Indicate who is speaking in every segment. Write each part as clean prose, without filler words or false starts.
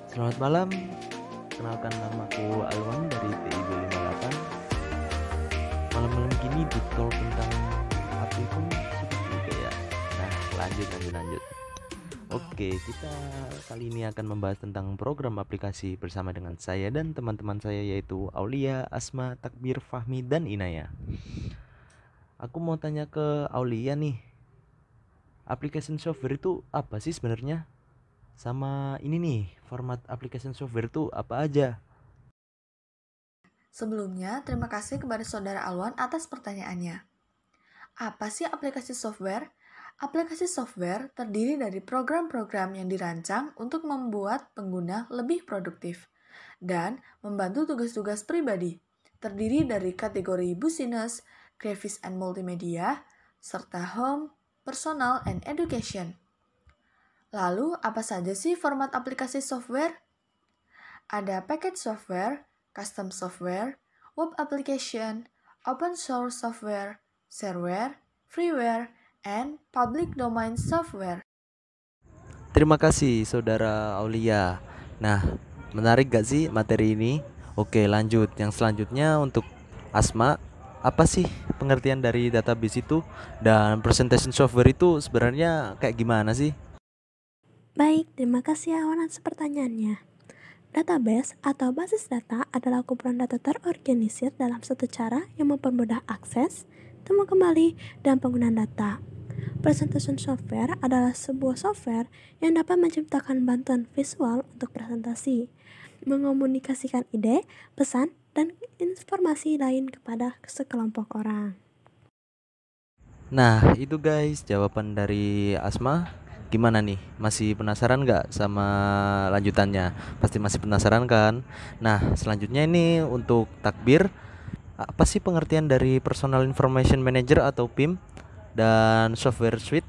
Speaker 1: Selamat malam, kenalkan namaku Alwan dari TIB 58. Malam-malam gini deep talk tentang apa itu seperti juga ya. Nah, lanjut. Oke, kita kali ini akan membahas tentang program aplikasi bersama dengan saya dan teman-teman saya, yaitu Aulia, Asma, Takbir, Fahmi, dan Inaya. Aku mau tanya ke Aulia nih, application software itu apa sih sebenarnya? Sama ini nih, format application software itu apa aja?
Speaker 2: Sebelumnya, terima kasih kepada Saudara Alwan atas pertanyaannya. Apa sih aplikasi software? Aplikasi software terdiri dari program-program yang dirancang untuk membuat pengguna lebih produktif dan membantu tugas-tugas pribadi. Terdiri dari kategori business, graphics and multimedia, serta home, personal, and education. Lalu, apa saja sih format aplikasi software? Ada package software, custom software, web application, open source software, shareware, freeware, and public domain software.
Speaker 1: Terima kasih Saudara Aulia. Nah, menarik gak sih materi ini? Oke, lanjut. Yang selanjutnya untuk Asma, apa sih pengertian dari database itu? Dan presentation software itu sebenarnya kayak gimana sih?
Speaker 3: Baik, terima kasih Awan atas pertanyaannya. Database atau basis data adalah kumpulan data terorganisir dalam satu cara yang mempermudah akses, temu kembali, dan penggunaan data. Presentation software adalah sebuah software yang dapat menciptakan bantuan visual untuk presentasi, mengomunikasikan ide, pesan, dan informasi lain kepada sekelompok orang.
Speaker 1: Nah, itu guys jawaban dari Asma. Gimana nih? Masih penasaran gak sama lanjutannya? Pasti masih penasaran kan? Nah, selanjutnya ini untuk Takbir. Apa sih pengertian dari Personal Information Manager atau PIM dan Software Suite?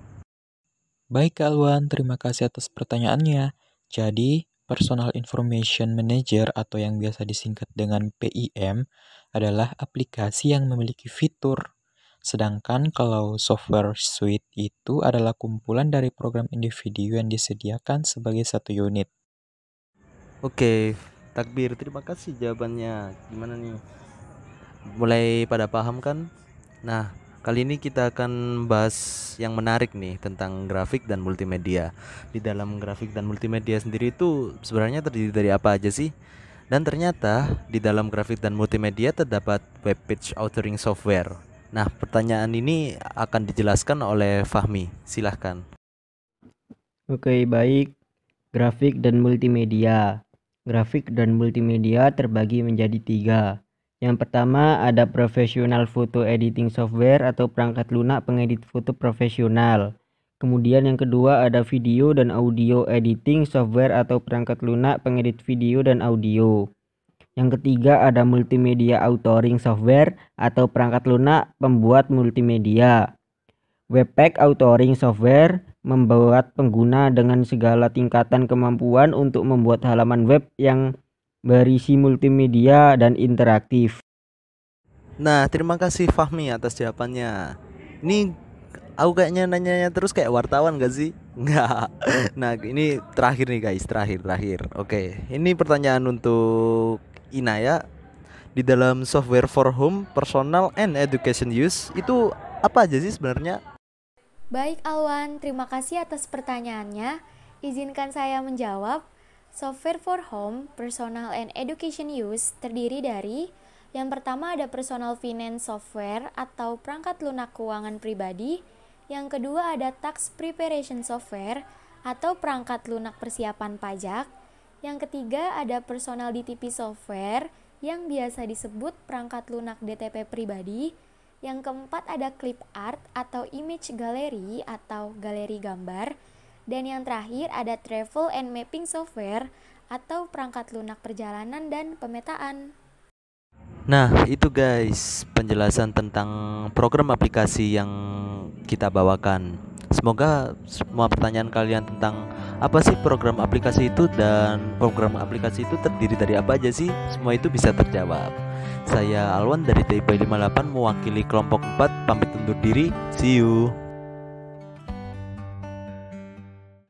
Speaker 4: Baik Kak Alwan, terima kasih atas pertanyaannya. Jadi, Personal Information Manager atau yang biasa disingkat dengan PIM adalah aplikasi yang memiliki fitur. Sedangkan kalau Software Suite itu adalah kumpulan dari program individu yang disediakan sebagai satu unit.
Speaker 1: Oke, Takbir, terima kasih jawabannya. Gimana nih? Mulai pada paham kan? Nah, kali ini kita akan bahas yang menarik nih tentang grafik dan multimedia. Di dalam grafik dan multimedia sendiri itu sebenarnya terdiri dari apa aja sih? Dan ternyata di dalam grafik dan multimedia terdapat web page authoring software. Nah, pertanyaan ini akan dijelaskan oleh Fahmi. Silahkan.
Speaker 5: Oke, baik. Grafik dan multimedia. Grafik dan multimedia terbagi menjadi 3. Yang pertama ada professional photo editing software atau perangkat lunak pengedit foto profesional. Kemudian yang kedua ada video dan audio editing software atau perangkat lunak pengedit video dan audio. Yang ketiga ada multimedia authoring software atau perangkat lunak pembuat multimedia. Webpack authoring software membuat pengguna dengan segala tingkatan kemampuan untuk membuat halaman web yang berisi multimedia dan interaktif.
Speaker 1: Nah, terima kasih Fahmi atas jawabannya. Ini aku kayaknya nanyanya terus kayak wartawan gak sih? Enggak. Nah, ini terakhir nih guys, terakhir. Oke, ini pertanyaan untuk Inaya. Di dalam software for home, personal, and education use itu apa aja sih sebenarnya?
Speaker 6: Baik Alwan, terima kasih atas pertanyaannya. Izinkan saya menjawab. Software for home, personal, and education use terdiri dari yang pertama ada personal finance software atau perangkat lunak keuangan pribadi. Yang kedua ada tax preparation software atau perangkat lunak persiapan pajak. Yang ketiga ada personal DTP software yang biasa disebut perangkat lunak DTP pribadi. Yang keempat ada clip art atau image gallery atau galeri gambar. Dan yang terakhir ada travel and mapping software atau perangkat lunak perjalanan dan pemetaan.
Speaker 1: Nah, itu guys penjelasan tentang program aplikasi yang kita bawakan. Semoga semua pertanyaan kalian tentang apa sih program aplikasi itu dan program aplikasi itu terdiri dari apa aja sih, semua itu bisa terjawab. Saya Alwan dari TIP 58 mewakili kelompok 4 pamit undur diri. See you.